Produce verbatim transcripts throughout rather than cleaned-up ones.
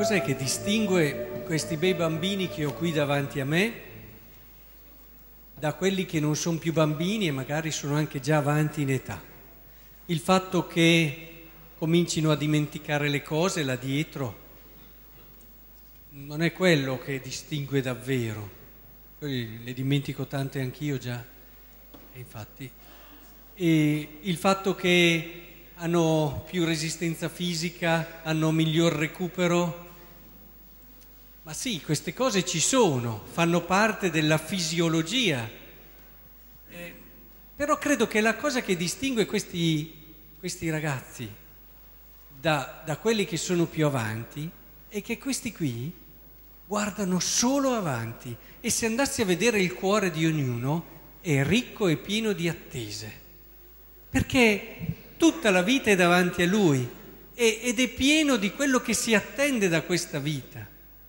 Cos'è che distingue questi bei bambini che ho qui davanti a me da quelli che non sono più bambini e magari sono anche già avanti in età? Il fatto che comincino a dimenticare le cose là dietro non è quello che distingue davvero. Poi le dimentico tante anch'io già, e infatti. E il fatto che hanno più resistenza fisica, hanno miglior recupero. Ma sì, queste cose ci sono, fanno parte della fisiologia. Eh, però credo che la cosa che distingue questi, questi ragazzi da, da quelli che sono più avanti è che questi qui guardano solo avanti, e se andassi a vedere il cuore di ognuno è ricco e pieno di attese, perché tutta la vita è davanti a lui ed è pieno di quello che si attende da questa vita.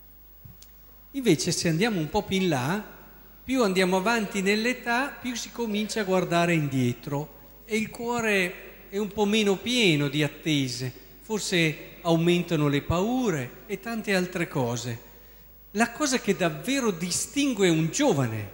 Invece se andiamo un po' più in là, più andiamo avanti nell'età, più si comincia a guardare indietro e il cuore è un po' meno pieno di attese, forse aumentano le paure e tante altre cose. La cosa che davvero distingue un giovane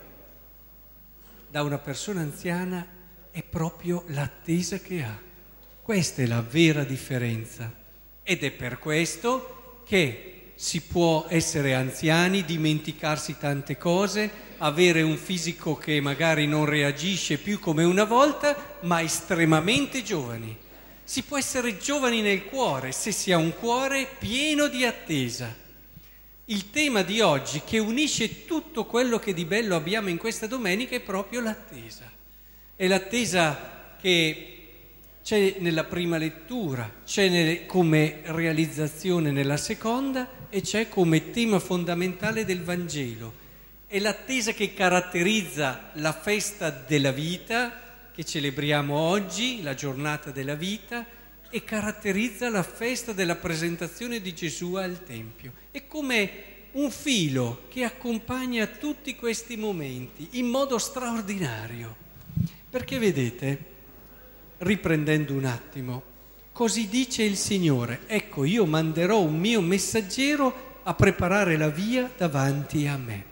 da una persona anziana è proprio l'attesa che ha. Questa è la vera differenza, ed è per questo che si può essere anziani, dimenticarsi tante cose, avere un fisico che magari non reagisce più come una volta, ma estremamente giovani. Si può essere giovani nel cuore se si ha un cuore pieno di attesa. Il tema di oggi, che unisce tutto quello che di bello abbiamo in questa domenica, è proprio l'attesa. È l'attesa che c'è nella prima lettura, c'è nelle, come realizzazione nella seconda, e c'è come tema fondamentale del Vangelo. È l'attesa che caratterizza la festa della vita, che celebriamo oggi, la giornata della vita, e caratterizza la festa della presentazione di Gesù al Tempio. È come un filo che accompagna tutti questi momenti in modo straordinario. Perché vedete, riprendendo un attimo, così dice il Signore: ecco, io manderò un mio messaggero a preparare la via davanti a me.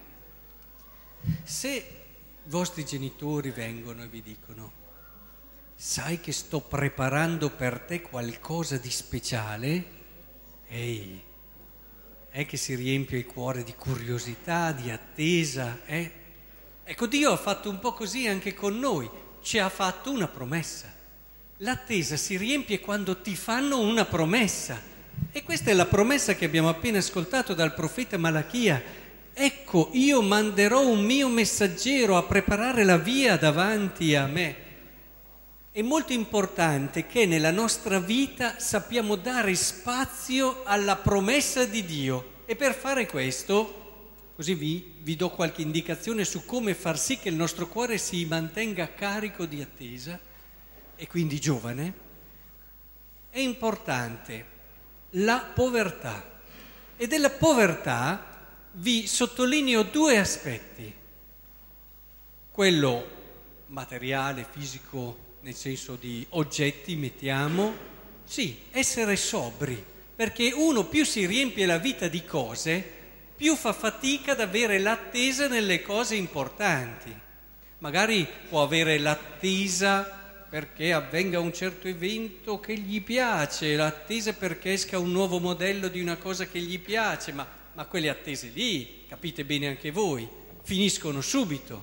Se i vostri genitori vengono e vi dicono: sai che sto preparando per te qualcosa di speciale? Ehi, è che si riempie il cuore di curiosità, di attesa, eh? Ecco, Dio ha fatto un po' così anche con noi, ci ha fatto una promessa. L'attesa si riempie quando ti fanno una promessa, e questa è la promessa che abbiamo appena ascoltato dal profeta Malachia. Ecco, io manderò un mio messaggero a preparare la via davanti a me. È molto importante che nella nostra vita sappiamo dare spazio alla promessa di Dio, e per fare questo, così vi, vi do qualche indicazione su come far sì che il nostro cuore si mantenga carico di attesa e quindi giovane. È importante la povertà, e della povertà vi sottolineo due aspetti: quello materiale, fisico, nel senso di oggetti, mettiamo, sì, essere sobri, perché uno più si riempie la vita di cose, più fa fatica ad avere l'attesa nelle cose importanti. Magari può avere l'attesa perché avvenga un certo evento che gli piace, l'attesa perché esca un nuovo modello di una cosa che gli piace, ma, ma quelle attese lì, capite bene anche voi, finiscono subito.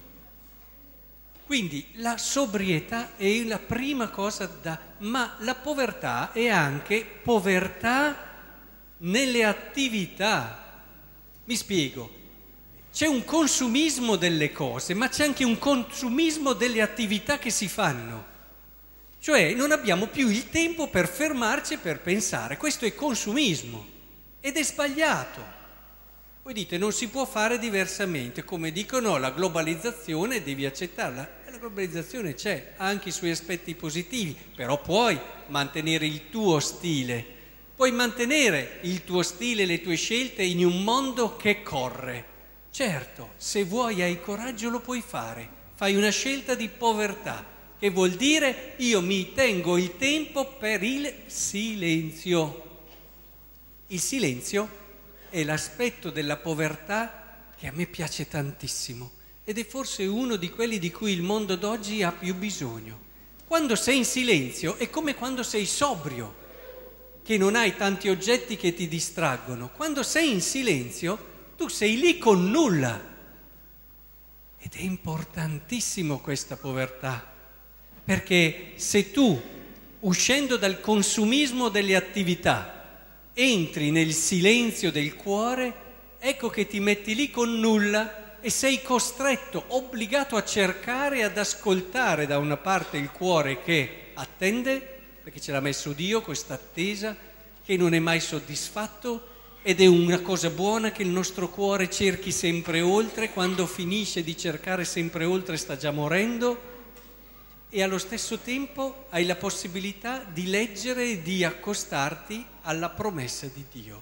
Quindi la sobrietà è la prima cosa da... ma la povertà è anche povertà nelle attività. Mi spiego, c'è un consumismo delle cose, ma c'è anche un consumismo delle attività che si fanno. Cioè non abbiamo più il tempo per fermarci e per pensare. Questo è consumismo ed è sbagliato. Voi dite non si può fare diversamente, come dicono la globalizzazione devi accettarla. E la globalizzazione c'è, ha anche i suoi aspetti positivi, però puoi mantenere il tuo stile, puoi mantenere il tuo stile e le tue scelte in un mondo che corre. Certo, se vuoi hai coraggio lo puoi fare, fai una scelta di povertà, che vuol dire io mi tengo il tempo per il silenzio. Il silenzio è l'aspetto della povertà che a me piace tantissimo ed è forse uno di quelli di cui il mondo d'oggi ha più bisogno. Quando sei in silenzio è come quando sei sobrio, che non hai tanti oggetti che ti distraggono. Quando sei in silenzio tu sei lì con nulla. Ed è importantissimo questa povertà, perché se tu, uscendo dal consumismo delle attività, entri nel silenzio del cuore, ecco che ti metti lì con nulla e sei costretto, obbligato a cercare e ad ascoltare da una parte il cuore che attende, perché ce l'ha messo Dio questa attesa, che non è mai soddisfatto, ed è una cosa buona che il nostro cuore cerchi sempre oltre, quando finisce di cercare sempre oltre sta già morendo, e allo stesso tempo hai la possibilità di leggere e di accostarti alla promessa di Dio.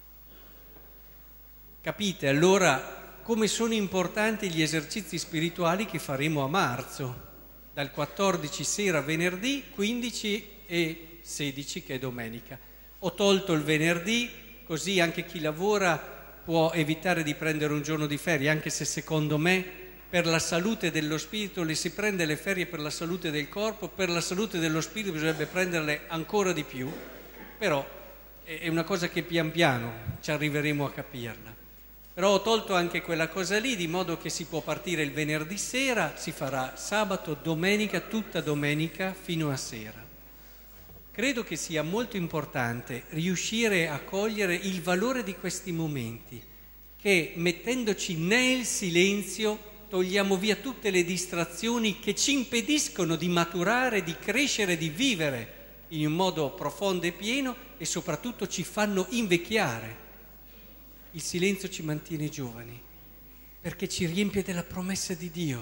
Capite allora come sono importanti gli esercizi spirituali che faremo a marzo, dal quattordici sera venerdì, quindici e sedici che è domenica. Ho tolto il venerdì, così anche chi lavora può evitare di prendere un giorno di ferie, anche se secondo me per la salute dello spirito le si prende le ferie per la salute del corpo, per la salute dello spirito bisognerebbe prenderle ancora di più, però è una cosa che pian piano ci arriveremo a capirla. Però ho tolto anche quella cosa lì, di modo che si può partire il venerdì sera, si farà sabato, domenica, tutta domenica fino a sera. Credo che sia molto importante riuscire a cogliere il valore di questi momenti, che mettendoci nel silenzio togliamo via tutte le distrazioni che ci impediscono di maturare, di crescere, di vivere in un modo profondo e pieno e soprattutto ci fanno invecchiare. Il silenzio ci mantiene giovani perché ci riempie della promessa di Dio.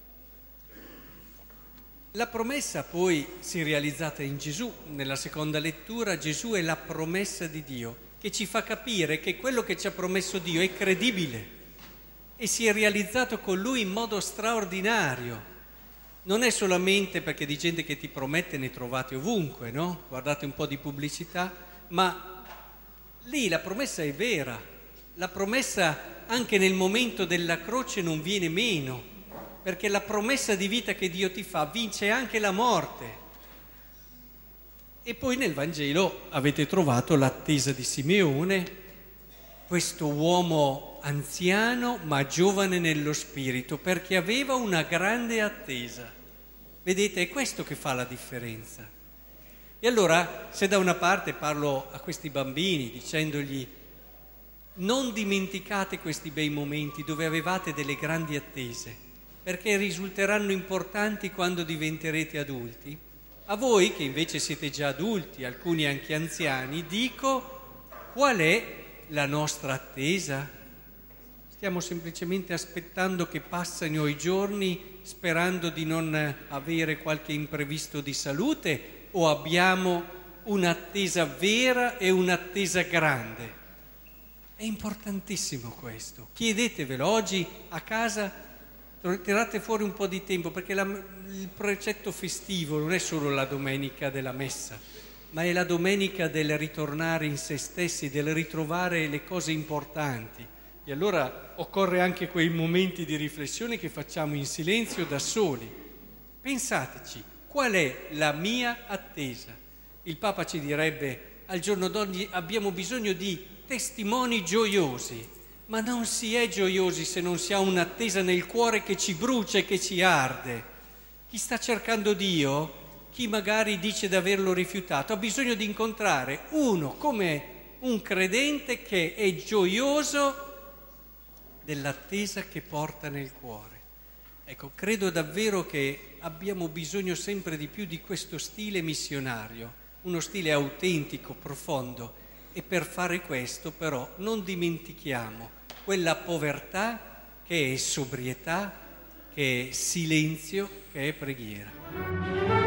La promessa poi si è realizzata in Gesù. Nella seconda lettura Gesù è la promessa di Dio che ci fa capire che quello che ci ha promesso Dio è credibile e si è realizzato con Lui in modo straordinario. Non è solamente perché di gente che ti promette ne trovate ovunque, no? Guardate un po' di pubblicità, ma lì la promessa è vera. La promessa anche nel momento della croce non viene meno, perché la promessa di vita che Dio ti fa vince anche la morte. E poi nel Vangelo avete trovato l'attesa di Simeone, questo uomo anziano ma giovane nello spirito, perché aveva una grande attesa. Vedete, è questo che fa la differenza. E allora, se da una parte parlo a questi bambini dicendogli non dimenticate questi bei momenti dove avevate delle grandi attese, perché risulteranno importanti quando diventerete adulti, a voi che invece siete già adulti, alcuni anche anziani, dico qual è la nostra attesa? Stiamo semplicemente aspettando che passino i giorni sperando di non avere qualche imprevisto di salute o abbiamo un'attesa vera e un'attesa grande? È importantissimo questo. Chiedetevelo oggi a casa, tirate fuori un po' di tempo, perché la, il precetto festivo non è solo la domenica della messa, ma è la domenica del ritornare in se stessi, del ritrovare le cose importanti. E allora occorre anche quei momenti di riflessione che facciamo in silenzio da soli. Pensateci, qual è la mia attesa? Il Papa ci direbbe, al giorno d'oggi abbiamo bisogno di testimoni gioiosi, ma non si è gioiosi se non si ha un'attesa nel cuore che ci brucia e che ci arde. Chi sta cercando Dio, chi magari dice di averlo rifiutato, ha bisogno di incontrare uno come un credente che è gioioso dell'attesa che porta nel cuore. Ecco, credo davvero che abbiamo bisogno sempre di più di questo stile missionario, uno stile autentico, profondo, e per fare questo però non dimentichiamo quella povertà che è sobrietà, che è silenzio, che è preghiera.